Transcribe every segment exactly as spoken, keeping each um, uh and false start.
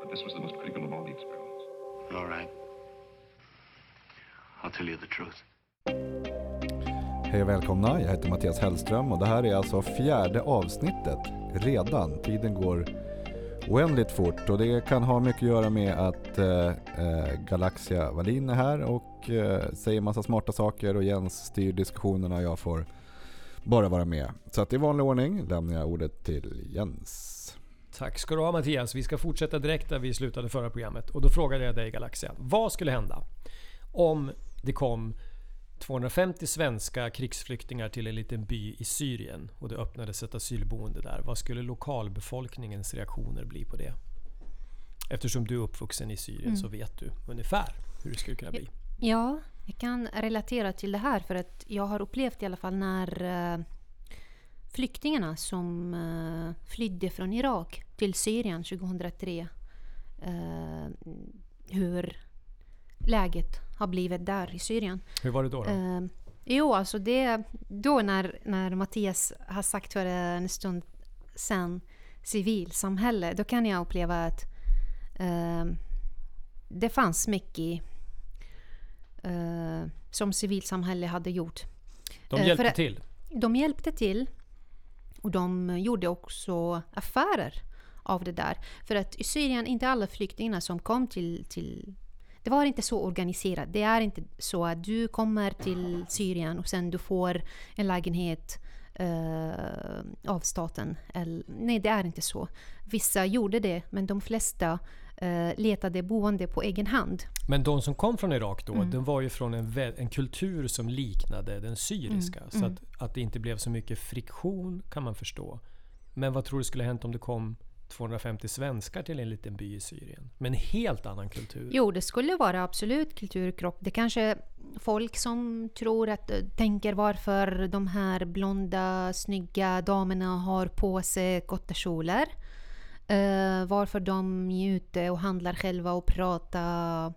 But this was the most critical of all the experiments. All right. I'll tell you the truth. Hej och välkomna, jag heter Mattias Hellström och det här är alltså fjärde avsnittet redan. Tiden går oändligt fort och det kan ha mycket att göra med att eh, Galaxia Wallin är här och eh, säger massa smarta saker och Jens styr diskussionerna och jag får bara vara med. Så att i vanlig ordning lämnar jag ordet till Jens. Tack ska du ha Mattias. Vi ska fortsätta direkt där vi slutade förra programmet. Och då frågade jag dig Galaxia, vad skulle hända om det kom tvåhundrafemtio svenska krigsflyktingar till en liten by i Syrien och det öppnades ett asylboende där? Vad skulle lokalbefolkningens reaktioner bli på det? Eftersom du är uppvuxen i Syrien mm. så vet du ungefär hur det skulle kunna bli. Ja, jag kan relatera till det här för att jag har upplevt i alla fall när uh, flyktingarna som uh, flydde från Irak till Syrien tjugohundratre uh, hur läget har blivit där i Syrien. Hur var det då? då? Uh, jo, alltså det då när, när Mattias har sagt för en stund sen civilsamhälle, då kan jag uppleva att uh, det fanns mycket uh, som civilsamhälle hade gjort. De hjälpte uh, till? De hjälpte till och de gjorde också affärer av det där. För att i Syrien, inte alla flyktingar som kom till, till det var inte så organiserat. Det är inte så att du kommer till Syrien och sen du får en lägenhet uh, av staten. Eller, nej, det är inte så. Vissa gjorde det, men de flesta uh, letade boende på egen hand. Men de som kom från Irak då, mm. de var ju från en, en kultur som liknade den syriska. Mm. Så Mm. att, att det inte blev så mycket friktion kan man förstå. Men vad tror du skulle hänt om det kom tvåhundrafemtio svenskar till en liten by i Syrien med en helt annan kultur? Jo, det skulle vara absolut kulturkrock. Det kanske folk som tror att tänker varför de här blonda, snygga damerna har på sig korta kjolar. Uh, varför de är ute och handlar själva och pratar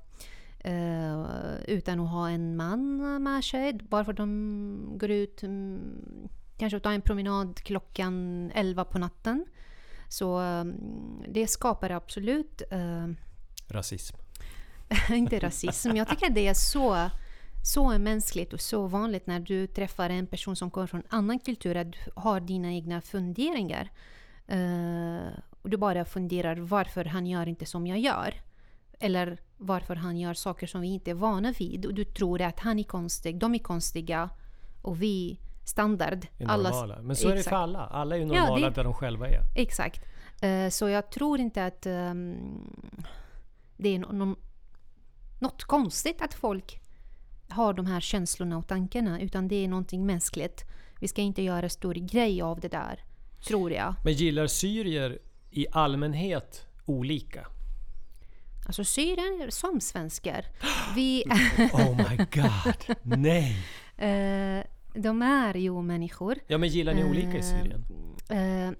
uh, utan att ha en man med sig. Varför de går ut um, kanske ta en promenad klockan elva på natten. Så um, det skapar absolut uh, rasism. inte rasism. Jag tycker det är så, så mänskligt och så vanligt när du träffar en person som kommer från en annan kultur att du har dina egna funderingar. Uh, och du bara funderar varför han gör inte som jag gör. Eller varför han gör saker som vi inte är vana vid. Och du tror att han är konstig, de är konstiga och vi standard. Är normala. Men så är det för alla. Alla är ju normala ja, det, där de själva är. Exakt. Uh, så jag tror inte att um, det är no- no- något konstigt att folk har de här känslorna och tankarna. Utan det är någonting mänskligt. Vi ska inte göra stor grej av det där, tror jag. Men gillar syrier i allmänhet olika? Alltså syrier är som svenskar. Vi oh my god, nej! Uh, de är ju människor. Ja, men gillar ni olika i Syrien? Uh,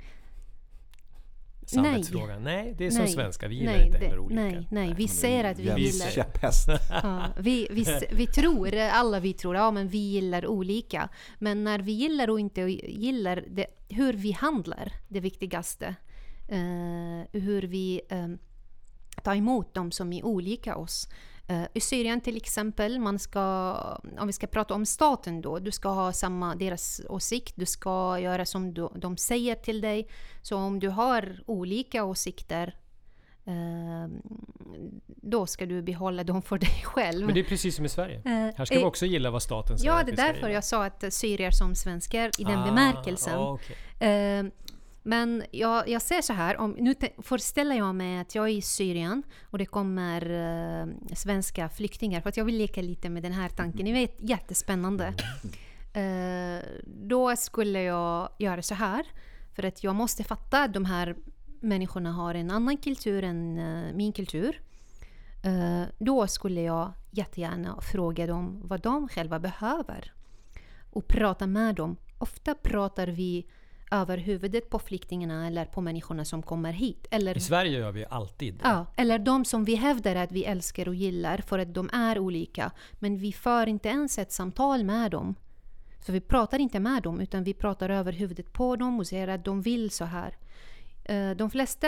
Samhällsfrågan. Nej. nej, det är som nej, svenska. Vi gillar nej, inte det, heller olika. Nej, nej, vi säger att vi gillar... ja, vi, vi, vi tror, alla vi tror, ja men vi gillar olika. Men när vi gillar och inte gillar det, hur vi handlar, det viktigaste. Uh, hur vi um, tar emot dem som är olika oss. Uh, I Syrien till exempel, man ska, om vi ska prata om staten då, du ska ha samma deras åsikt, du ska göra som du, de säger till dig. Så om du har olika åsikter, uh, då ska du behålla dem för dig själv. Men det är precis som i Sverige. Uh, Här ska uh, vi också gilla vad staten säger. Ja, det är därför säger. Jag sa att syrier som svenskar i den ah, bemärkelsen. Okay. Uh, Men jag, jag ser så här, om, nu te, föreställer jag mig att jag är i Syrien och det kommer uh, svenska flyktingar, för att jag vill leka lite med den här tanken. Ni vet, jättespännande. Uh, då skulle jag göra så här, för att jag måste fatta att de här människorna har en annan kultur än uh, min kultur. Uh, då skulle jag jättegärna fråga dem vad de själva behöver och prata med dem. Ofta pratar vi över huvudet på flyktingarna eller på människorna som kommer hit. Eller, i Sverige gör vi alltid. Ja, eller de som vi hävdar att vi älskar och gillar för att de är olika. Men vi för inte ens ett samtal med dem. Så vi pratar inte med dem utan vi pratar över huvudet på dem och säger att de vill så här. De flesta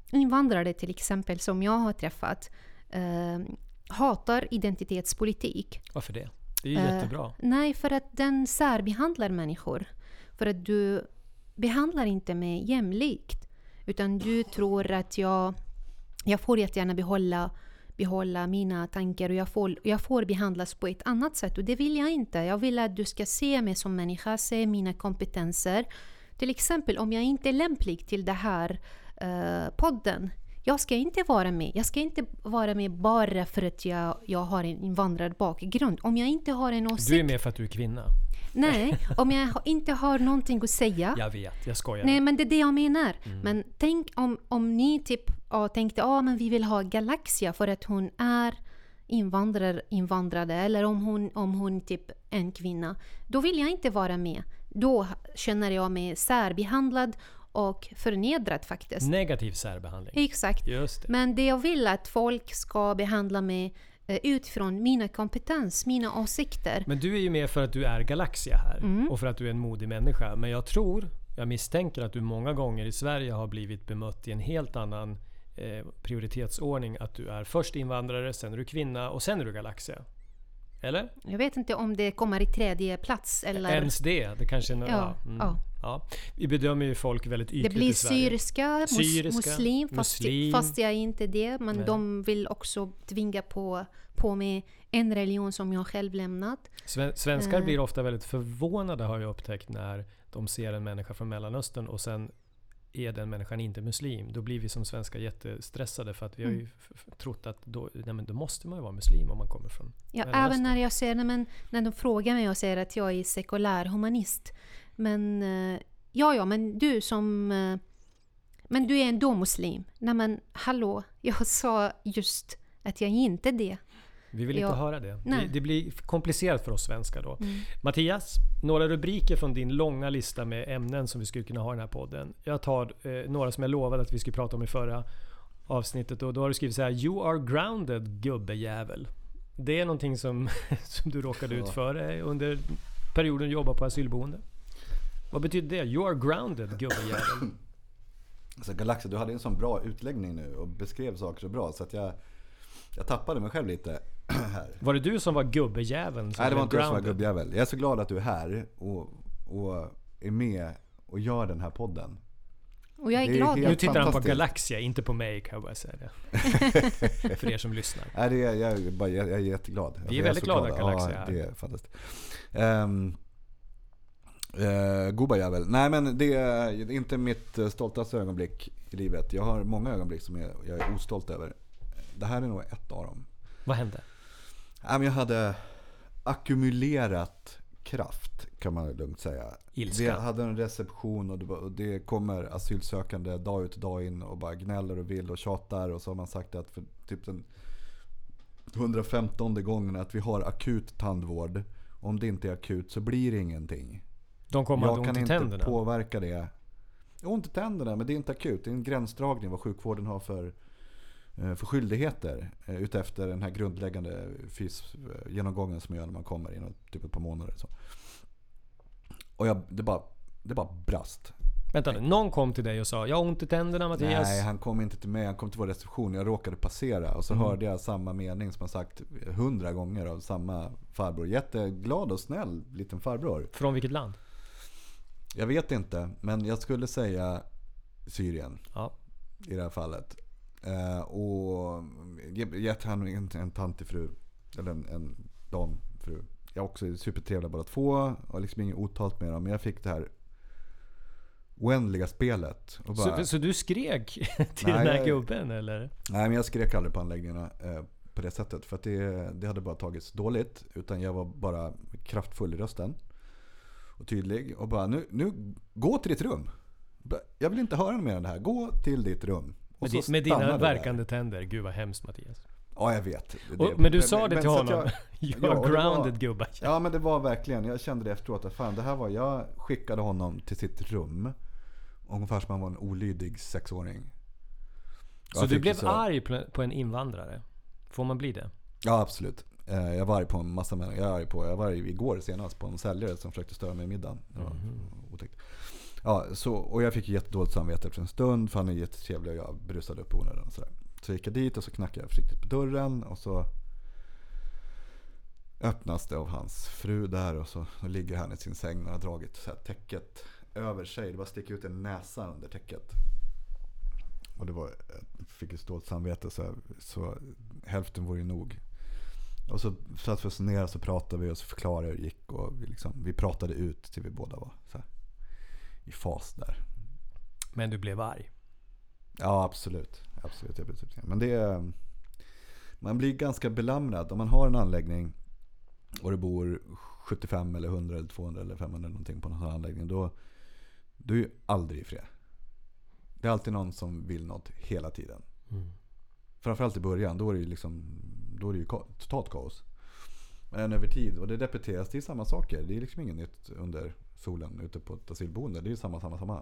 invandrare till exempel som jag har träffat eh, hatar identitetspolitik. Varför det? Det är ju Eh, jättebra. Nej, för att den särbehandlar människor. För att du behandlar inte med jämlikt. Utan du tror att jag, jag får jättegärna behålla, behålla mina tankar och jag får, jag får behandlas på ett annat sätt. Och det vill jag inte. Jag vill att du ska se mig som människa, se mina kompetenser. Till exempel om jag inte är lämplig till det här eh, podden. Jag ska inte vara med. Jag ska inte vara med bara för att jag, jag har en invandrad bakgrund. Om jag inte har en åsikt... Du är med för att du är kvinna. Nej, om jag inte har någonting att säga. Jag vet, jag skojar. Nej, men det är det jag menar. Mm. Men tänk om, om ni typ ja, tänkte att ah, men vi vill ha Galaxia för att hon är invandrare, invandrade. Eller om hon, om hon typ en kvinna. Då vill jag inte vara med. Då känner jag mig särbehandlad och förnedrad faktiskt. Negativ särbehandling. Exakt. Just det. Men det jag vill att folk ska behandla mig eh, utifrån mina kompetens, mina åsikter. Men du är ju med för att du är Galaxia här. Mm. Och för att du är en modig människa. Men jag tror, jag misstänker att du många gånger i Sverige har blivit bemött i en helt annan eh, prioritetsordning. Att du är först invandrare, sen är du kvinna och sen är du Galaxia. Eller? Jag vet inte om det kommer i tredje plats. Eller... Ens det. Det kanske är no- Ja, ja, mm. ja. Ja. Vi bedömer ju folk väldigt ytligt Det blir i Sverige. syriska, mus- Syriska, muslim, fast, muslim. fast jag är inte det. Men Nej. de vill också tvinga på, på mig en religion som jag själv lämnat. Sven- Svenskar Eh. blir ofta väldigt förvånade, har jag upptäckt, när de ser en människa från Mellanöstern och sen är den människan inte muslim. Då blir vi som svenskar jättestressade för att vi har ju f- f- trott att då, nej men då måste man ju vara muslim om man kommer från Ja, Mellanöstern. även när jag ser, nej, men, när de frågar mig och säger att jag är sekulär humanist. Men eh, ja, ja, men du som... eh, Men du är ändå muslim. Nej men hallå, jag sa just att jag inte är det. Vi vill inte Ja. höra det. det. Nej. Det blir komplicerat för oss svenskar då. Mm. Mattias, några rubriker från din långa lista med ämnen som vi skulle kunna ha i den här podden. Jag tar eh, några som jag lovade att vi skulle prata om i förra avsnittet. Och då har du skrivit så här: You are grounded, gubbejävel. Det är någonting som, som du råkade ut för eh, under perioden du jobbar på asylboende. Vad betyder det? You are grounded, gubbejävel. Så Galaxia, du hade en sån bra utläggning nu och beskrev saker så bra så att jag, jag tappade mig själv lite här. Var det du som var gubbejäveln? Som Nej, det var inte jag som var grounded? gubbjävel. Jag är så glad att du är här och, och är med och gör den här podden. Och jag är Det är glad. helt Nu tittar han på fantastiskt. Galaxia, inte på mig, kan jag bara säga det. För er som lyssnar. Nej, det är, jag, är bara, jag, jag är jätteglad. Alltså, Vi är jag väldigt så glada, glad. Galaxia. Ja, det är fantastiskt. Um, uh, Goba jävel. Nej, men det är inte mitt eh, stoltaste ögonblick i livet. Jag har många ögonblick som jag, jag är ostolt över. Det här är nog ett av dem. Vad hände? Nej, men jag hade ackumulerat kraft, kan man lugnt säga. Ilska. Det hade en reception och det, var, och det kommer asylsökande dag ut och dag in och bara gnäller och vill och tjatar. Och så har man sagt att för typ den hundrafemtonde gången att vi har akut tandvård. Om det inte är akut så blir det ingenting. De kommer att Jag ha kan ont i inte tänderna. påverka det. Ont i tänderna, men det är inte akut. Det är en gränsdragning vad sjukvården har för, för skyldigheter utefter den här grundläggande fysgenomgången som man gör när man kommer inom typ ett par månader. Så. Och jag, det, bara, det bara brast. Vänta nu, någon kom till dig och sa: jag har ont i tänderna, Mattias. Nej, han kom inte till mig. Han kom till vår reception. Jag råkade passera och så Mm. hörde jag samma mening som jag sagt hundra gånger av samma farbror. Jätteglad och snäll liten farbror. Från vilket land? Jag vet inte, men jag skulle säga Syrien Ja. i det här fallet. Eh, och gett han en, en tantifru, eller en, en damfru. Jag är också supertrevliga båda två och liksom inget otalt med dem. Men jag fick det här oändliga spelet. Och bara, Så, så du skrek till Nej, den här jag- gubben, eller? nej, men jag skrek aldrig på anläggningarna eh, på det sättet. För att det, det hade bara tagits dåligt. Utan jag var bara kraftfull i rösten. Och tydlig. Och bara, nu, nu gå till ditt rum. Jag vill inte höra mer än det här. Gå till ditt rum. Och Med, så di, med stannar dina det där. verkande tänder. Gud vad hemskt, Mattias. Ja, jag vet. Det- Och, men du sa det men- till så att honom. jag- You Ja, are och det var- grounded, gubbar. Ja, men det var verkligen. Jag kände det efteråt att fan, det här var, jag skickade honom till sitt rum. Ungefär som han var en olydig sexåring. Så Jag du fick blev så- arg på- på en invandrare? Får man bli det? Ja, absolut. Eh, Jag var arg på en massa människor. Jag var arg på, jag var arg igår senast på en säljare som försökte störa mig i middagen. Det var Mhm. otäckt. Ja, så, och jag fick jättedåligt samvete efter en stund för han är jättetrevlig och jag brusade upp onödan och sådär. Så gick jag dit och så knackade jag försiktigt på dörren och så öppnas det av hans fru där och så och ligger han i sin säng och har dragit så här täcket över sig. Det bara sticker ut en näsa under täcket. Och det var, jag fick ett stort samvete så, så hälften var ju nog. Och så satt vi oss ner och så pratade vi och så förklarade hur det gick och vi, liksom, vi pratade ut till vi båda var så här, i fas där. Men du blev arg? Ja, absolut. absolut jag blev typ, men det är, man blir ganska belamrad om man har en anläggning och det bor sjuttiofem eller hundra eller tvåhundra eller femhundra någonting på en sån här anläggning, då du är ju aldrig i fred. Det är alltid någon som vill något hela tiden. Mm. Framförallt i början, då är det ju liksom, då är det ju totalt kaos. Men över tid, och det repeteras, det är samma saker. Det är liksom inget nytt under solen ute på ett asylboende. Det är ju samma, samma, samma.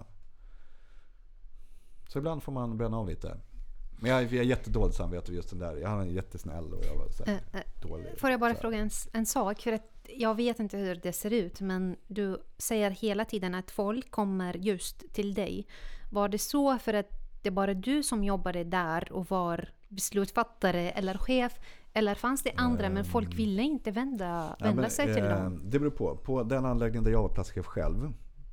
Så ibland får man bränna av lite. Men jag, jag är jättedåligt samvete just den där. Jag är jättesnäll och jag var så här, äh, dålig. Får jag bara fråga en, en sak? För att jag vet inte hur det ser ut, men du säger hela tiden att folk kommer just till dig. Var det så för att det bara du som jobbade där och var beslutfattare eller chef, eller fanns det andra mm. men folk ville inte vända, vända ja, men, sig till eh, dem? Det beror på. På den anläggningen där jag var platschef själv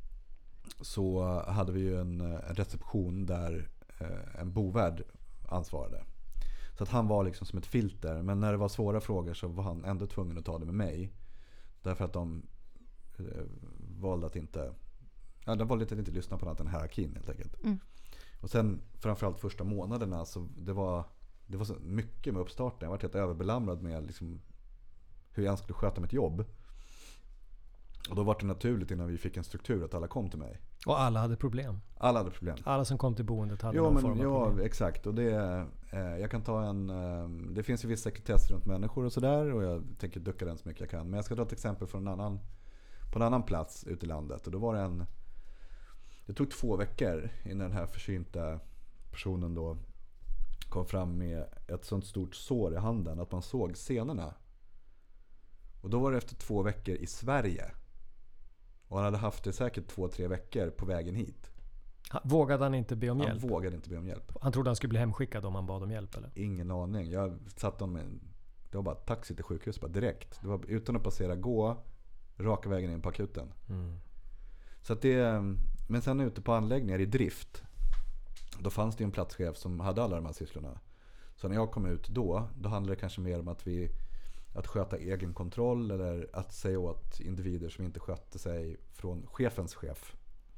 så hade vi ju en, en reception där eh, en bovärd ansvarade. Så att han var liksom som ett filter, men när det var svåra frågor så var han ändå tvungen att ta det med mig. Därför att de eh, valde att inte ja, de valde att inte lyssna på något än hierarkin helt enkelt. Mm. Och sen framförallt första månaderna så det var det var så mycket med uppstarten. Jag var helt överbelamrad med liksom hur jag skulle sköta mitt jobb. Och då var det naturligt innan vi fick en struktur att alla kom till mig. Och alla hade problem. Alla hade problem. Alla som kom till boendet hade jo, någon men, form av ja, problem. Exakt. Och det, eh, jag kan ta en... Eh, det finns ju viss sekretess runt människor och sådär. Och jag tänker ducka den så mycket jag kan. Men jag ska ta ett exempel från en annan, på en annan plats ute i landet. Och då var det en... Det tog två veckor innan den här försynta personen då kom fram med ett sånt stort sår i handen att man såg senorna. Och då var det efter två veckor i Sverige. Och han hade haft det säkert två, tre veckor på vägen hit. Vågade han inte be om han hjälp? Han vågade inte be om hjälp. Han trodde han skulle bli hemskickad om han bad om hjälp, eller? Ingen aning. Jag satt om en, det var bara taxi till sjukhus bara direkt. Det var utan att passera gå, raka vägen in på akuten. Mm. Så att det, men sen ute på anläggningar i drift, då fanns det en platschef som hade alla de här sysslorna. Så när jag kom ut då, då handlade det kanske mer om att vi att sköta egen kontroll eller att säga åt individer som inte skötte sig från chefens chef.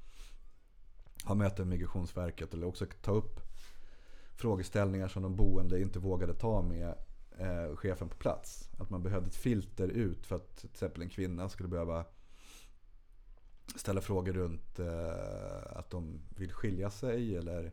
Ha möte med Migrationsverket eller också ta upp frågeställningar som de boende inte vågade ta med eh, chefen på plats. Att man behövde ett filter ut för att till exempel en kvinna skulle behöva ställa frågor runt eh, att de vill skilja sig eller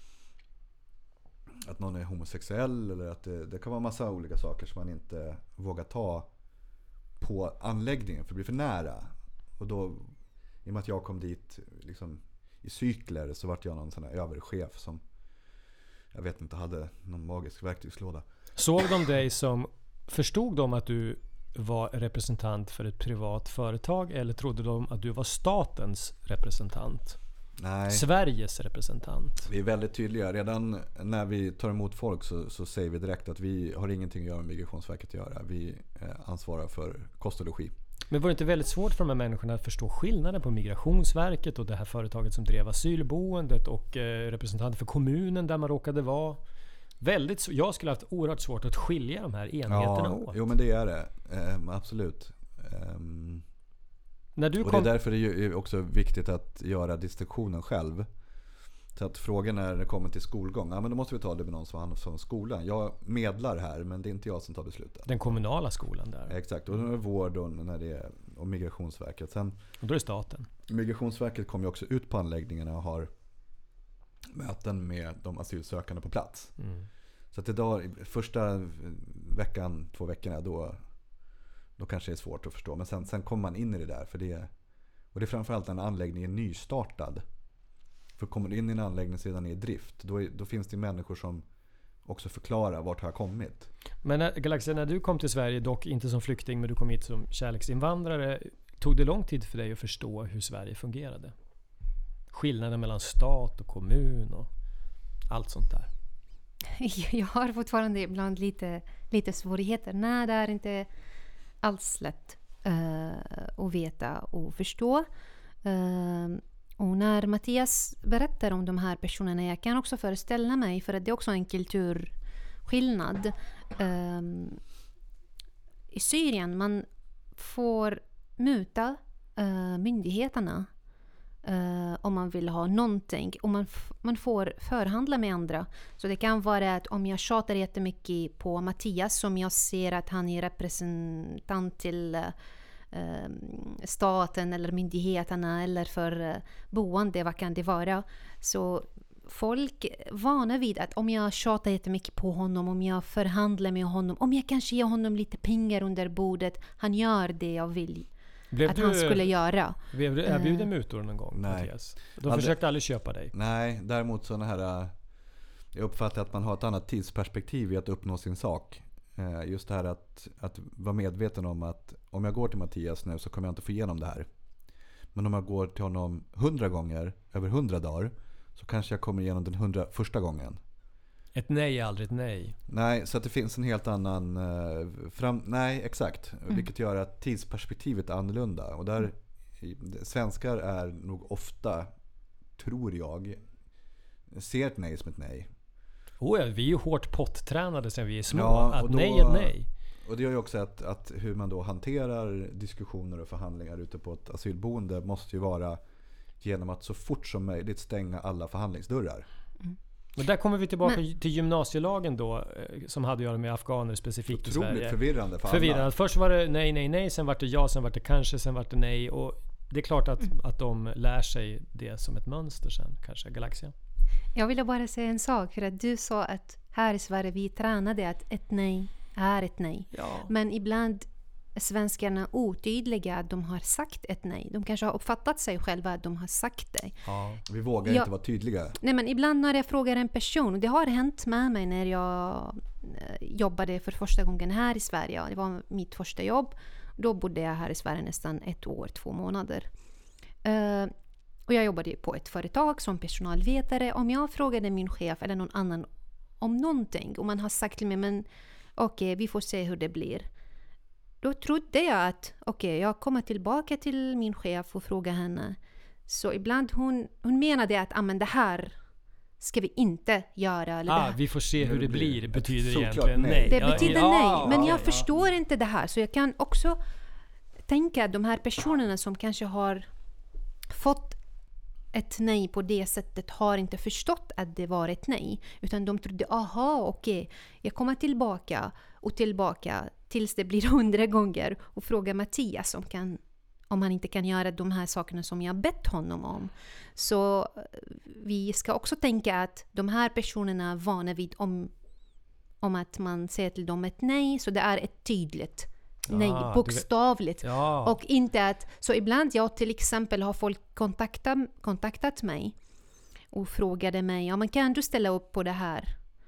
att någon är homosexuell eller att det, det kan vara massa olika saker som man inte vågar ta på anläggningen för det blir för nära. Och då, i och med att jag kom dit liksom, i cykler så vart jag någon sån här överchef som jag vet inte hade någon magisk verktygslåda. Såg de dig som, förstod de att du var representant för ett privat företag eller trodde de att du var statens representant? Nej. Sveriges representant. Vi är väldigt tydliga. Redan när vi tar emot folk så, så säger vi direkt att vi har ingenting att göra med Migrationsverket att göra. Vi eh, ansvarar för kost och logi. Men var det inte väldigt svårt för de här människorna att förstå skillnaden på Migrationsverket och det här företaget som drev asylboendet och eh, representanter för kommunen där man råkade vara? Väldigt, jag skulle ha haft oerhört svårt att skilja de här enheterna ja, åt. Jo men det är det. Eh, absolut. Um, När du och kom... det är därför det är också viktigt att göra distinktionen själv. Så att frågan när det kommer till skolgång, ja men då måste vi ta det med någon som har från skolan. Jag medlar här men det är inte jag som tar beslutet. Den kommunala skolan där. Exakt, och då är det vård och, när det är, och Migrationsverket. Sen, och då är det staten. Migrationsverket kommer ju också ut på anläggningarna och har möten med de asylsökande på plats. Mm. Så att idag, första veckan, två veckorna då, då kanske det är svårt att förstå. Men sen, sen kommer man in i det där. För det, och det är framförallt en anläggning är nystartad. För kommer du in i en anläggning sedan i drift, då, är, då finns det människor som också förklarar vart har jag kommit. Men när, Galaxia, när du kom till Sverige, dock inte som flykting men du kom hit som kärleksinvandrare, tog det lång tid för dig att förstå hur Sverige fungerade? skillnaden mellan stat och kommun och allt sånt där? Jag har fortfarande ibland lite, lite svårigheter. Nej, det är inte alls lätt uh, att veta och förstå. Uh, och när Mattias berättar om de här personerna, jag kan också föreställa mig, för att det är också en kulturskillnad. Uh, I Syrien man får muta uh, myndigheterna Uh, om man vill ha någonting, och man, f- man får förhandla med andra. Så det kan vara att om jag tjatar jättemycket på Mattias, som jag ser att han är representant till uh, uh, staten eller myndigheterna eller för uh, boende, vad kan det vara, så folk är vana vid att om jag tjatar jättemycket på honom, om jag förhandlar med honom, om jag kanske ger honom lite pengar under bordet, han gör det jag vill Blev att du, han skulle göra. Blev du erbjuden mutor någon gång, Nej. Mattias? De Aldrig. försökte aldrig köpa dig? Nej, däremot sådana här... Jag uppfattar att man har ett annat tidsperspektiv i att uppnå sin sak. Just det här att, att vara medveten om att om jag går till Mattias nu så kommer jag inte få igenom det här. Men om jag går till honom hundra gånger över hundra dagar så kanske jag kommer igenom den hundra första gången. Ett nej är aldrig ett nej. Nej, så att det finns en helt annan... eh, Fram, nej, exakt. Mm. Vilket gör att tidsperspektivet är annorlunda. Och där, i- svenskar är nog ofta, tror jag, ser ett nej som ett nej. Oh ja, vi är ju hårt pottränade sen vi är små. Ja, och att då- nej är ett nej. Och det gör ju också att, att hur man då hanterar diskussioner och förhandlingar ute på ett asylboende måste ju vara genom att så fort som möjligt stänga alla förhandlingsdörrar. Men där kommer vi tillbaka Men- till gymnasielagen då, eh, som hade att göra med afghaner specifikt i Otroligt Sverige. förvirrande för Förvirrande. alla. Först var det nej, nej, nej, sen var det ja, sen var det kanske, sen var det nej. Och det är klart att, att de lär sig det som ett mönster sen, kanske, Galaxia. Jag ville bara säga en sak, för att du sa att här i Sverige vi tränade att ett nej är ett nej. Ja. Men ibland är svenskarna otydliga att de har sagt ett nej. De kanske har uppfattat sig själva att de har sagt det. Ja. Vi vågar Ja. inte vara tydliga. Nej, men ibland när jag frågar en person, och det har hänt med mig när jag eh, jobbade för första gången här i Sverige. Det var mitt första jobb. Då bodde jag här i Sverige nästan ett år, två månader. Eh, och jag jobbade på ett företag som personalvetare. Om jag frågade min chef eller någon annan om någonting, och man har sagt till mig, men okej, okay, vi får se hur det blir. Då trodde jag att okej, okay, jag kommer tillbaka till min chef och frågar henne. Så ibland hon, hon menade att ah, men det här ska vi inte göra. Eller det Ah, här. vi får se hur det blir, betyder Såklart egentligen nej. nej. Det Ja, betyder ja, nej, men ja, jag ja. förstår inte det här. Så jag kan också tänka att de här personerna som kanske har fått ett nej på det sättet har inte förstått att det var ett nej. Utan de trodde, aha, okej, jag kommer tillbaka och tillbaka tills det blir hundra gånger och frågar Mattias om, kan, om han inte kan göra de här sakerna som jag bett honom om. Så eh, vi ska också tänka att de här personerna är vana vid om, om att man säger till dem ett nej, så det är ett tydligt nej, Ah, du bokstavligt. Ja. Och inte att, så ibland jag till exempel har folk kontaktat, kontaktat mig och frågade mig, ja men kan du ställa upp på det här?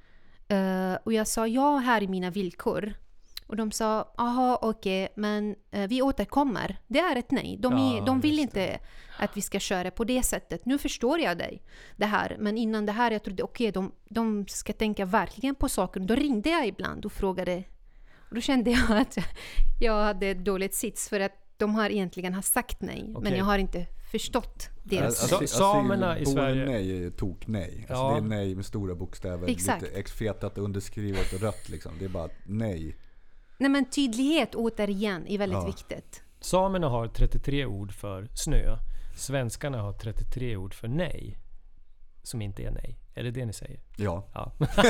Uh, och jag sa ja, här är mina villkor. Och de sa, aha okej, okay, men uh, vi återkommer. Det är ett nej. De, är, Ja, de vill just inte att vi ska köra på det sättet. Nu förstår jag dig, det här. Men innan det här jag trodde, okej, okay, de, de ska tänka verkligen på saken. Då ringde jag ibland och frågade. Och då kände jag att jag hade ett dåligt sits, för att de har egentligen har sagt nej. Okej. Men jag har inte förstått deras... Alltså, Sa- samerna i asylboende Sverige- nej är tok nej. Alltså Ja. det är nej med stora bokstäver. Exakt. Lite exfetat, underskrivet och rött liksom. Det är bara nej. Nej, men tydlighet återigen är väldigt Ja. viktigt. Samerna har trettiotre ord för snö. Svenskarna har trettiotre ord för nej. Som inte är nej. Är det det ni säger? Ja. Ja.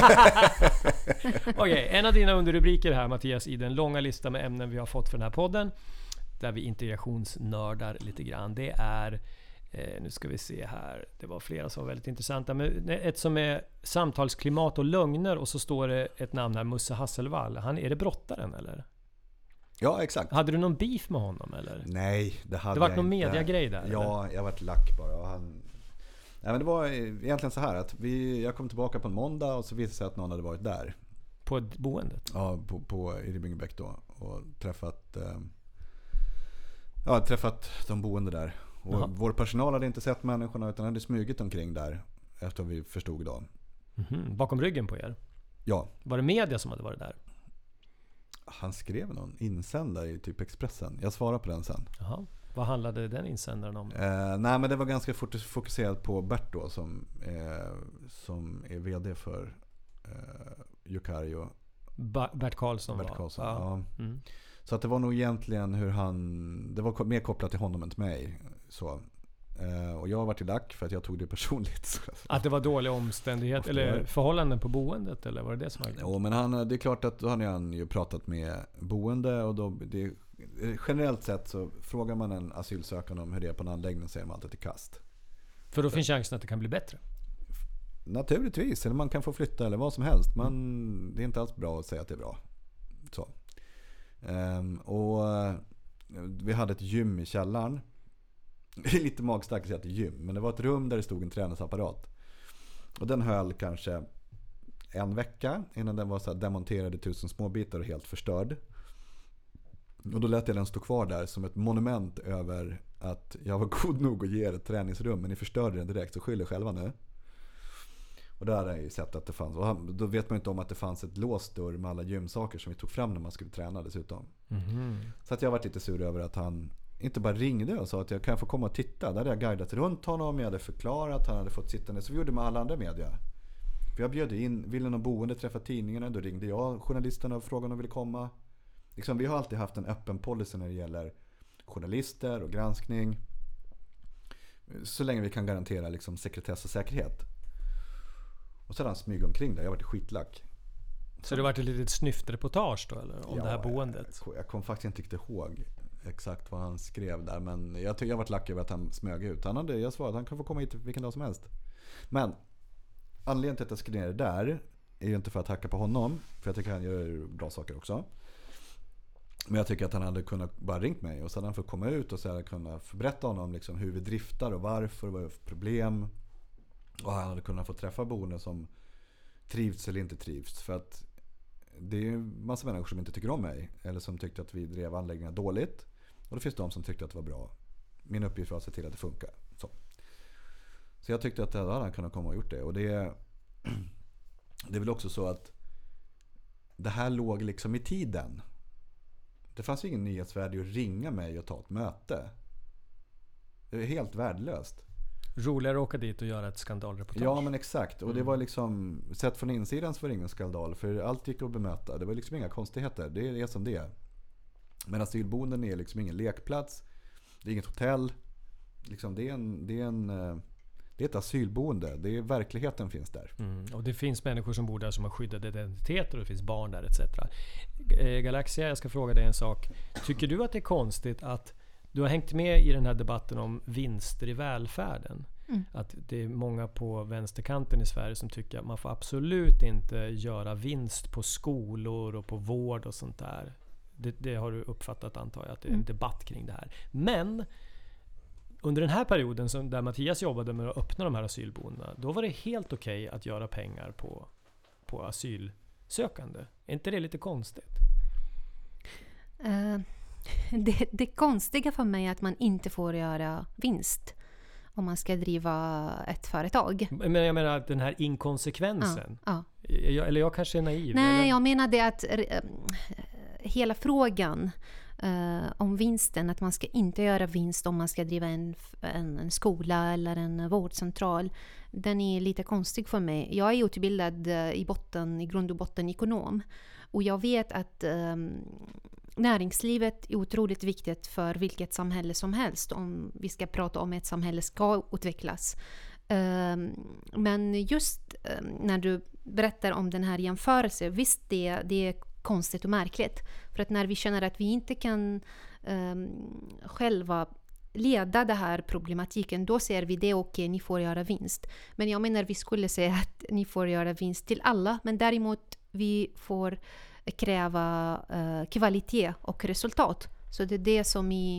Okej, en av dina underrubriker här, Mattias, i den långa lista med ämnen vi har fått för den här podden, där vi integrationsnördar lite grann, det är eh, nu ska vi se här, det var flera som var väldigt intressanta, men ett som är samtalsklimat och lögner, och så står det ett namn här, Musse Hasselvall. Han, är det brottaren eller? Ja, exakt. Hade du någon beef med honom eller? Nej, det hade Det var jag någon inte. mediagrej där, Ja, jag varit lack bara. Och han... Nej, men det var egentligen så här att vi, jag kom tillbaka på en måndag och så visade det sig att någon hade varit där. På ett boendet? Ja, på, på i Ribbingebäck då. Och träffat, eh, ja, träffat de boende där. Och Jaha. vår personal hade inte sett människorna utan hade smugit omkring där efter vi förstod då. Mhm. Bakom ryggen på er? Ja, Var det media som hade varit där? han skrev någon insändare i typ Expressen. Jag svarar på den sen. Jaha. Vad handlade den insändaren om? Eh, nej men det var ganska fokuserat på Bert då som, eh, som är vd för eh, Yukario. Ba- Bert Karlsson Bert var? Karlsson, Ja. ja. Mm. Så att det var nog egentligen hur han, det var ko- mer kopplat till honom än till mig. Så. Eh, och jag har varit i lack för att jag tog det personligt. Så. Att det var dåliga omständigheter Ofta eller var det. förhållanden på boendet, eller var det det som var grejen? Jo, men han, det är klart att då hade han ju pratat med boende och då, det, generellt sett så frågar man en asylsökande om hur det är på en anläggning, säger man alltid till kast. För då finns chansen att det kan bli bättre. Naturligtvis, eller man kan få flytta eller vad som helst. Man, det är inte alls bra att säga att det är bra. Så. Ehm, och eh, vi hade ett gym i källaren. Det är lite magstarkt att säga att det är gym, men det var ett rum där det stod en träningsapparat. Och den höll kanske en vecka innan den var så här demonterad i tusen små bitar och helt förstörd. Och då lät jag den stå kvar där som ett monument över att jag var god nog att ge er ett träningsrum, men ni förstörde den direkt, så skyller själva nu. Och där har jag ju sett att det fanns, och han, då vet man inte om att det fanns ett låst dörr med alla gymsaker som vi tog fram när man skulle träna dessutom. Mhm. Så att jag var lite sur över att han inte bara ringde och sa att jag kan få komma och titta. Där hade jag guidat runt honom, jag hade förklarat, han hade fått sitta. Så vi gjorde med alla andra media. För jag bjöd in, ville någon boende träffa tidningarna, då ringde jag journalisterna och frågade om de ville komma. Liksom, vi har alltid haft en öppen policy när det gäller journalister och granskning. Så länge vi kan garantera liksom sekretess och säkerhet. Och så hade han smyg omkring där, jag var skitlack. Så det var ett litet snyftreportage då, eller? Om Ja, det här boendet? Jag, jag kom faktiskt inte riktigt ihåg exakt vad han skrev där, men jag tycker jag varit lack över att han smög ut. Han hade, jag svarade att han kan få komma hit vilken dag som helst. Men anledningen till att jag skrev ner det där är ju inte för att hacka på honom, för jag tycker han gör bra saker också. Men jag tycker att han hade kunnat bara ringt mig och så hade han fått komma ut och så hade jag kunnat berätta honom liksom hur vi driftar och varför, vad det är för problem. Och han hade kunnat få träffa boende som trivs eller inte trivs. För att det är ju massa människor som inte tycker om mig, eller som tyckte att vi drev anläggningar dåligt. Och det finns de som tyckte att det var bra. Min uppgift var att se till att det funkar. Så, så jag tyckte att det hade han kunnat komma och gjort det. Och det är, det är väl också så att det här låg liksom i tiden. Det fanns ju ingen nyhetsvärde att ringa mig och ta ett möte. Det är helt värdelöst. Roligare att åka dit och göra ett skandalreportage. Ja, men exakt. Och det var liksom, sett från insidan så var det ingen skandal, för allt gick att bemöta. Det var liksom inga konstigheter. Det är som det är. Men asylboenden är liksom ingen lekplats. Det är inget hotell. Liksom det är en, det är en det är ett asylboende. Det är, verkligheten finns där. Mm. Och det finns människor som bor där som har skyddade identiteter och det finns barn där et cetera. Galaxia, jag ska fråga dig en sak. Tycker du att det är konstigt att du har hängt med i den här debatten om vinster i välfärden? Mm. Att det är många på vänsterkanten i Sverige som tycker att man får absolut inte göra vinst på skolor och på vård och sånt där. Det, det har du uppfattat, antar jag, att det är en Mm. debatt kring det här. Men under den här perioden som, där Mattias jobbade med att öppna de här asylboendena, då var det helt okej att göra pengar på, på asylsökande. Är inte det lite konstigt? Eh, det, det konstiga för mig är att man inte får göra vinst om man ska driva ett företag. Men jag menar att den här inkonsekvensen. Ja, Jag, eller jag kanske är naiv. Nej, eller? jag menar det att äh, hela frågan äh, om vinsten, att man ska inte göra vinst om man ska driva en, en, en skola eller en vårdcentral, den är lite konstig för mig. Jag är utbildad äh, i botten, i grund och botten ekonom, och jag vet att äh, näringslivet är otroligt viktigt för vilket samhälle som helst, om vi ska prata om ett samhälle ska utvecklas. Men just när du berättar om den här jämförelsen, visst det, det är konstigt och märkligt. För att när vi känner att vi inte kan um, själva leda den här problematiken, då ser vi det, okej, ni får göra vinst. Men jag menar, vi skulle säga att ni får göra vinst till alla, men däremot vi får kräva uh, kvalitet och resultat. Så det är det som, i,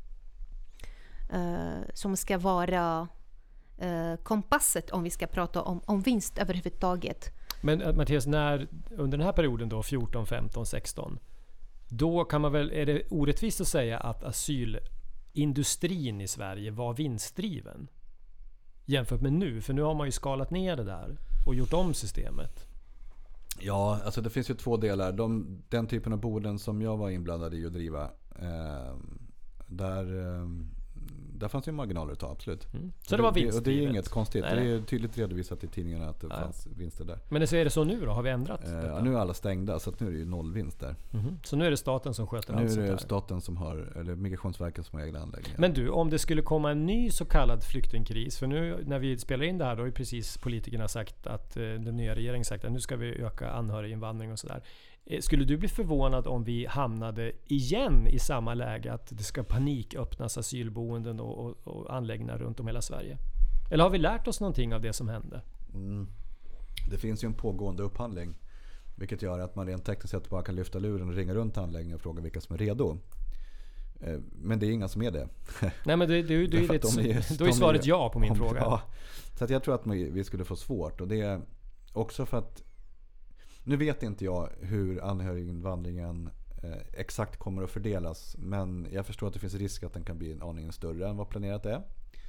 uh, som ska vara uh, kompasset om vi ska prata om, om vinst överhuvudtaget. Men uh, Mattias, när, under den här perioden då, fjorton, femton, sexton, då kan man väl, är det orättvist att säga att asyl industrin i Sverige var vinstdriven jämfört med nu? För nu har man ju skalat ner det där och gjort om systemet. Ja, alltså det finns ju två delar. De, den typen av boden som jag var inblandad i att driva, eh, där, eh, där fanns ju marginaler att ta, absolut. Mm. Så det var vinstdrivet? Och det är inget konstigt. Nej, det nej. är tydligt redovisat i tidningarna att det Nej. fanns vinster där. Men så är det så nu då? Har vi ändrat Eh, detta? ja, nu är alla stängda, så att nu är det ju nollvinst där. Mhm. Så nu är det staten som sköter allt Nu är sånt det där? staten som har, eller Migrationsverket som har egna anläggningar. Men du, om det skulle komma en ny så kallad flyktingkris, för nu när vi spelar in det här då har ju precis politikerna sagt att eh, den nya regeringen sagt att nu ska vi öka anhöriginvandring och sådär. Eh, skulle du bli förvånad om vi hamnade igen i samma läge att det ska paniköppnas asylboenden och, och, och anläggningar runt om hela Sverige? Eller har vi lärt oss någonting av det som hände? Mm. Det finns ju en pågående upphandling, vilket gör att man rent tekniskt sett bara kan lyfta luren och ringa runt anläggningen och fråga vilka som är redo. Men det är inga som är det. Nej, men det, det, det, det, det, de är, då är svaret är, ja på min om, fråga. Ja, så att jag tror att vi skulle få svårt. Och det är också för att nu vet inte jag hur anhöriginvandringen eh, exakt kommer att fördelas. Men jag förstår att det finns risk att den kan bli en aning större än vad planerat är.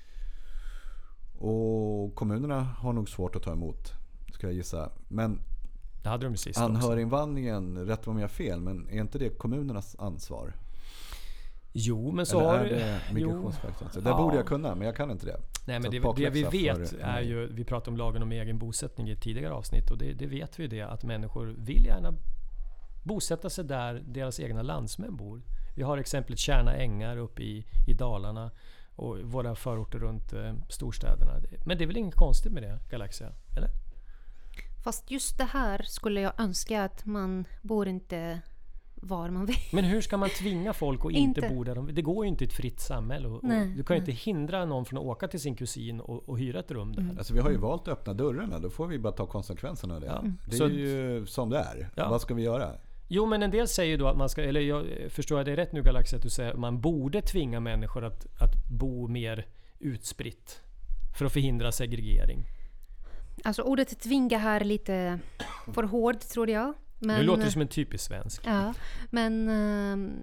Och kommunerna har nog svårt att ta emot, ska jag gissa. Men Det hade de sist anhöriginvandringen, rätt om jag har fel, men är inte det kommunernas ansvar? Jo, men så Eller har är det Migrationsverket ansvar? Det Ja. borde jag kunna, men jag kan inte det. Nej, men Så det, bakläxa det vi vet för- är ju, vi pratade om lagen om egen bosättning i ett tidigare avsnitt och det, det vet vi det att människor vill gärna bosätta sig där deras egna landsmän bor. Vi har exemplet Tjärna ängar uppe i, i Dalarna och våra förorter runt eh, storstäderna. Men det är väl inget konstigt med det, Galaxia? Eller? Fast just det här skulle jag önska att man bor inte var man vill. Men hur ska man tvinga folk att inte, Inte. bo där de vill? Det går ju inte i ett fritt samhälle. Och, och Nej, du kan ju nej. inte hindra någon från att åka till sin kusin och, och hyra ett rum där. Mm. Alltså vi har ju valt att öppna dörrarna, då får vi bara ta konsekvenserna av det. Ja. Det är Så- ju som det är. Ja. Vad ska vi göra? Jo, men en del säger då att man ska, eller jag förstår att det är rätt nu Galaxia att du säger att man borde tvinga människor att, att bo mer utspritt för att förhindra segregering. Alltså ordet tvinga här är lite för hård tror jag. Men, Nu låter det som en typisk svensk. Ja, men ehm,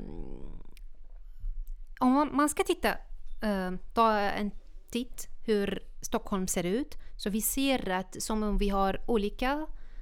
om man, man ska titta, uh, ta en titt hur Stockholm ser ut. Så vi ser att som om vi har olika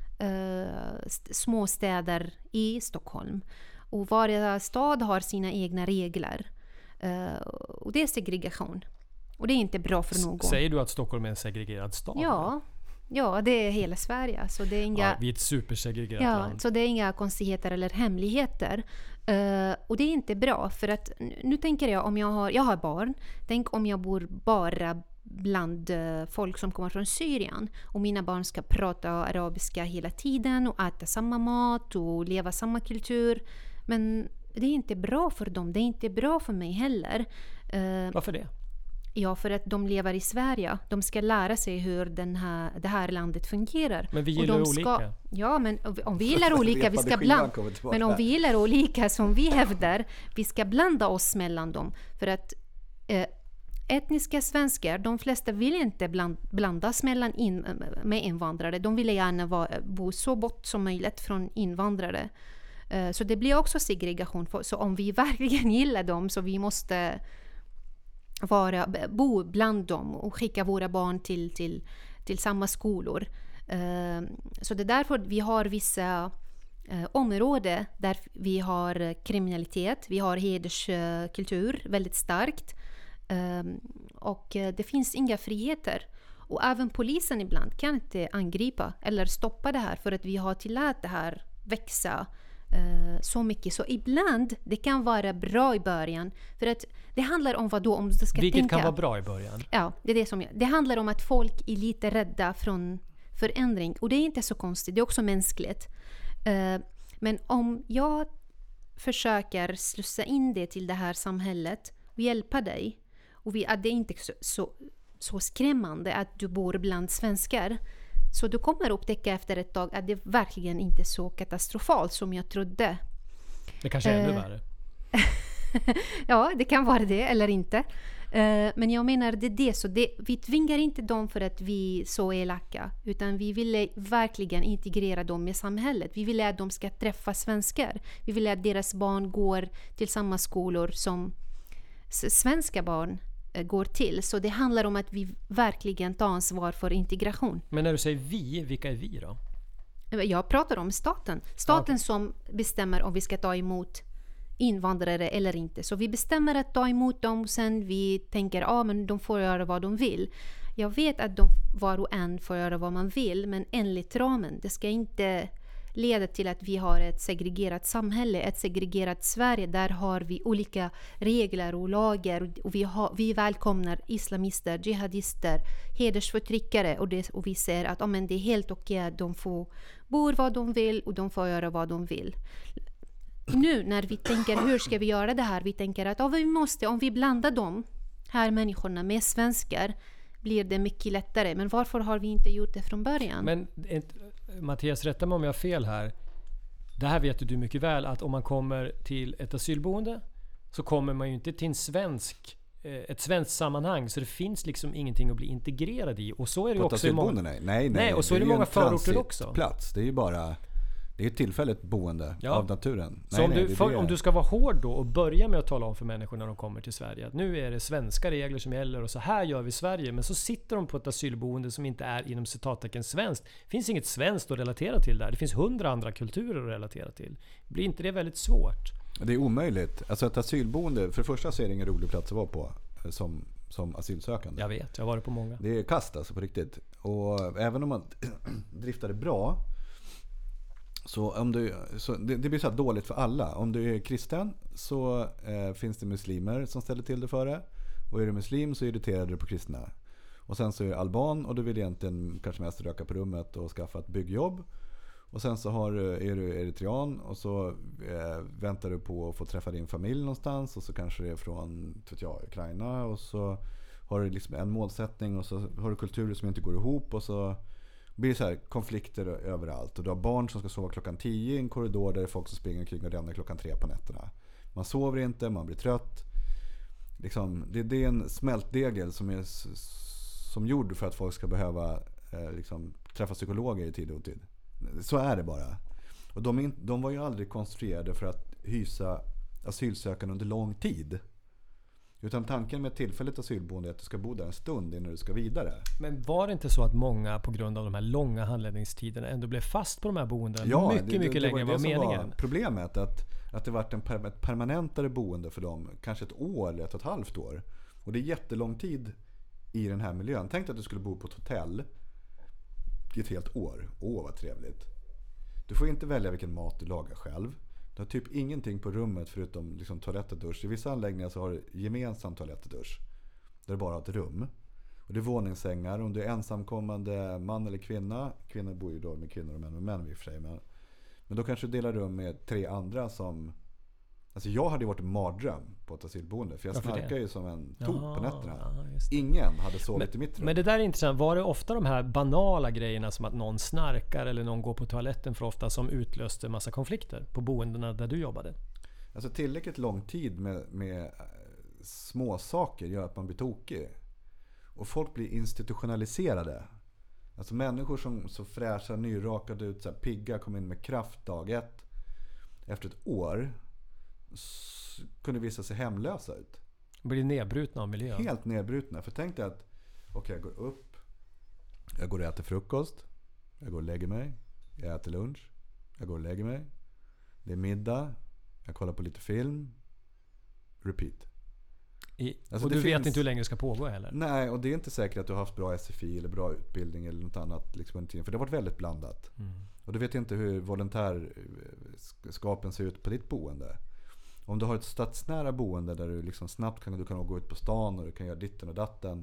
uh, st- små städer i Stockholm. Och varje stad har sina egna regler. Uh, och det är segregation. Och det är inte bra för någon. S- Säger du att Stockholm är en segregerad stad? Ja, ja, det är hela Sverige. Så det är inga... Ja, vi är ett supersegregerat Ja, land. så det är inga konstigheter eller hemligheter. Uh, och det är inte bra för att nu, nu tänker jag om jag har, jag har barn. Tänk om jag bor bara bland uh, folk som kommer från Syrien och mina barn ska prata arabiska hela tiden och äta samma mat och leva samma kultur. Men det är inte bra för dem. Det är inte bra för mig heller. Uh, Varför det? Ja, för att de lever i Sverige. De ska lära sig hur den här, det här landet fungerar. Men vi Och gillar de ska, olika. Ja, men om vi gillar olika, vi ska Repade skivan blanda. kommer tillbaka. Men om vi gillar olika som vi hävdar, vi ska blanda oss mellan dem. För att eh, etniska svenskar, de flesta vill inte bland, blandas mellan in, med invandrare. De vill gärna vara, bo så bort som möjligt från invandrare. Eh, så det blir också segregation. För, så om vi verkligen gillar dem så vi måste vara, bo bland dem och skicka våra barn till, till, till samma skolor. Uh, så det är därför vi har vissa uh, områden där vi har kriminalitet, vi har hederskultur väldigt starkt uh, och uh, det finns inga friheter. Och även polisen ibland kan inte angripa eller stoppa det här för att vi har tillåtit det här växa Uh, så mycket. Så ibland det kan vara bra i början för att det handlar om vad då om du ska Vilket tänka. kan vara bra i början. Ja, det är det som jag, det handlar om att folk är lite rädda från förändring och det är inte så konstigt, det är också mänskligt. Uh, men om jag försöker slussa in det till det här samhället och hjälpa dig och vi, att det inte är så, så, så skrämmande att du bor bland svenskar. Så du kommer upptäcka efter ett tag att det verkligen inte är så katastrofalt som jag trodde. Det kanske är ännu Eh. värre. Ja, det kan vara det eller inte. Uh, men jag menar det är det. Så det, vi tvingar inte dem för att vi är så elaka. Utan vi vill verkligen integrera dem med samhället. Vi vill att de ska träffa svenskar. Vi vill att deras barn går till samma skolor som svenska barn går till. Så det handlar om att vi verkligen tar ansvar för integration. Men när du säger vi, vilka är vi då? Jag pratar om staten. Staten Okay. som bestämmer om vi ska ta emot invandrare eller inte. Så vi bestämmer att ta emot dem och sen vi tänker att ah, men de får göra vad de vill. Jag vet att de var och en får göra vad man vill, men enligt ramen. Det ska inte leda till att vi har ett segregerat samhälle, ett segregerat Sverige. Där har vi olika regler och lagar och vi, har, vi välkomnar islamister, jihadister, hedersförtryckare och, det, och vi säger att ah, men det är helt okej att de får bo vad de vill och de får göra vad de vill. Nu när vi tänker hur ska vi göra det här, vi tänker att ah, vi måste, om vi blandar de här människorna med svenskar blir det mycket lättare. Men varför har vi inte gjort det från början? Men Mattias, rätta mig om jag har fel här. Det här vet du mycket väl, att om man kommer till ett asylboende så kommer man ju inte till en svensk, ett svenskt sammanhang, så det finns liksom ingenting att bli integrerad i. Och så är det På också i många, nej, nej, nej, och så är det ju många en förorter också. Plats. Det är ju bara det är ett tillfälligt boende ja. av naturen. Så nej, om, nej, du, det för, det. om du ska vara hård då och börja med att tala om för människor när de kommer till Sverige att nu är det svenska regler som gäller och så här gör vi i Sverige, men så sitter de på ett asylboende som inte är inom citattecken svenskt. Det finns inget svenskt att relatera till där. Det finns hundra andra kulturer att relatera till. Blir inte det väldigt svårt? Det är omöjligt. Alltså ett asylboende, för det första så är det ingen rolig plats att vara på som, som asylsökande. Jag vet, jag har varit på många. Det är kast alltså på riktigt. Och även om man driftar det bra så, om du, så det, det blir så här dåligt för alla. Om du är kristen så eh, finns det muslimer som ställer till det för det. Och är du muslim så irriterar du på kristna. Och sen så är du alban och du vill egentligen kanske mest röka på rummet och skaffa ett byggjobb. Och sen så har, är du eritrean och så eh, väntar du på att få träffa din familj någonstans. Och så kanske det är från vet jag, Ukraina och så har du liksom en målsättning och så har du kulturer som inte går ihop och så blir det så här konflikter överallt. Och du har barn som ska sova klockan tio i en korridor där det är folk som springer omkring och lämnar klockan tre på nätterna. Man sover inte, man blir trött. Liksom, det, det är en smältdegel som är som gjord för att folk ska behöva eh, liksom, träffa psykologer i tid och tid. Så är det bara. Och de, in, de var ju aldrig konstruerade för att hysa asylsökande under lång tid. Utan tanken med tillfälligt asylboende är att du ska bo där en stund innan du ska vidare. Men var det inte så att många på grund av de här långa handläggningstiderna ändå blev fast på de här boendena ja, mycket, det, mycket det, längre det än var vad det som meningen? Var problemet att, att det varit en per, ett permanentare boende för dem. Kanske ett år eller ett och ett halvt år. Och det är jättelång tid i den här miljön. Tänk att du skulle bo på ett hotell i ett helt år. Åh, vad trevligt. Du får inte välja vilken mat du lagar själv. Du har typ ingenting på rummet förutom liksom toalett och dusch. I vissa anläggningar så har du gemensam toalett och dusch. Där du bara har ett rum. Och det är våningssängar. Om du är ensamkommande man eller kvinna. Kvinnor bor ju då med kvinnor och män och män i och för sig. Men, men då kanske du delar rum med tre andra som... Alltså jag hade ju varit en mardröm på ett asylboende. För jag Varför snarkar det? ju som en tok Ja, på nätterna. ja, just det. Ingen hade sovit Men, i mitt rum. men det där är intressant. Var det ofta de här banala grejerna som att någon snarkar eller någon går på toaletten för ofta som utlöste massa konflikter på boendena där du jobbade? Alltså tillräckligt lång tid med, med små saker gör att man blir tokig. Och folk blir institutionaliserade. Alltså människor som så fräscha, nyrakade ut, så här, pigga, kom in med kraft dag ett. Efter ett år s- kunde visa sig hemlösa ut. Blir nedbrutna av miljön. Helt nedbrutna. För tänk dig att okej, okay, jag går upp, jag går och äter frukost, jag går och lägger mig, jag äter lunch, jag går och lägger mig, det är middag, jag kollar på lite film, repeat. I, Alltså och det du vet finns- inte hur länge det ska pågå heller. Nej, och det är inte säkert att du har haft bra S F I eller bra utbildning eller något annat liksom, för det har varit väldigt blandat. Mm. Och du vet inte hur volontärskapen ser ut på ditt boende. Om du har ett stadsnära boende där du liksom snabbt kan, du kan gå ut på stan och du kan göra ditten och datten,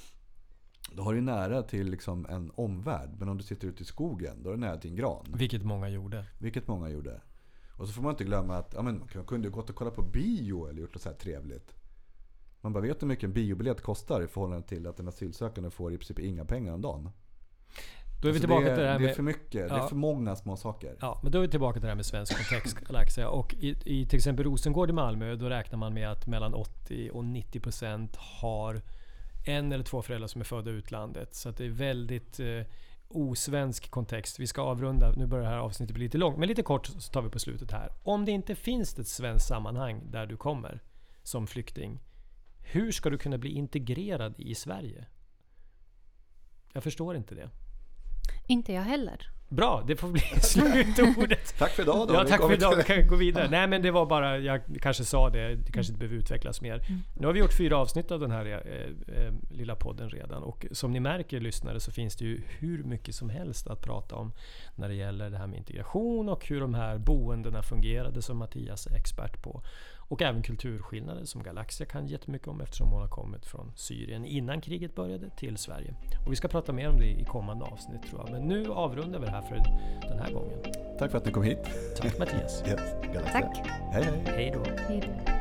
då har du nära till liksom en omvärld. Men om du sitter ute i skogen, då är du nära till en gran. Vilket många gjorde. Vilket många gjorde. Och så får man inte glömma att ja, men, man kunde gått och kolla på bio eller gjort något så här trevligt. Man bara vet hur mycket en biobiljett kostar i förhållande till att en asylsökande får i princip inga pengar om dagen. Då är vi Alltså tillbaka det, är, till det här det är med... för mycket, Ja. det är för många små saker. Ja, men då är vi tillbaka till det här med svensk kontext, Alexia. Och i, i till exempel Rosengård i Malmö, då räknar man med att mellan åttio och nittio procent har en eller två föräldrar som är födda i utlandet. Så att det är väldigt eh, osvensk kontext. Vi ska avrunda, nu börjar det här avsnittet bli lite långt, men lite kort så tar vi på slutet här. Om det inte finns ett svenskt sammanhang där du kommer som flykting, Hur ska du kunna bli integrerad i Sverige? Jag förstår inte det. Inte jag heller. Bra, det får bli slutordet. Tack för idag då. Ja, Vi tack för kommer idag. till- Vi kan gå vidare. Nej, men det var bara, jag kanske sa det, det kanske inte behöver utvecklas mer. Nu har vi gjort fyra avsnitt av den här eh, eh, lilla podden redan. Och som ni märker, lyssnare, så finns det ju hur mycket som helst att prata om när det gäller det här med integration och hur de här boendena fungerade, som Mattias är expert på. Och även kulturskillnader som Galaxia kan jättemycket om, eftersom hon har kommit från Syrien innan kriget började till Sverige. Och vi ska prata mer om det i kommande avsnitt, tror jag. Men nu avrundar vi det här för den här gången. Tack för att ni kom hit. Tack Mattias. Yes, Galaxia. Tack. Hej hej. Hej då. Hej då.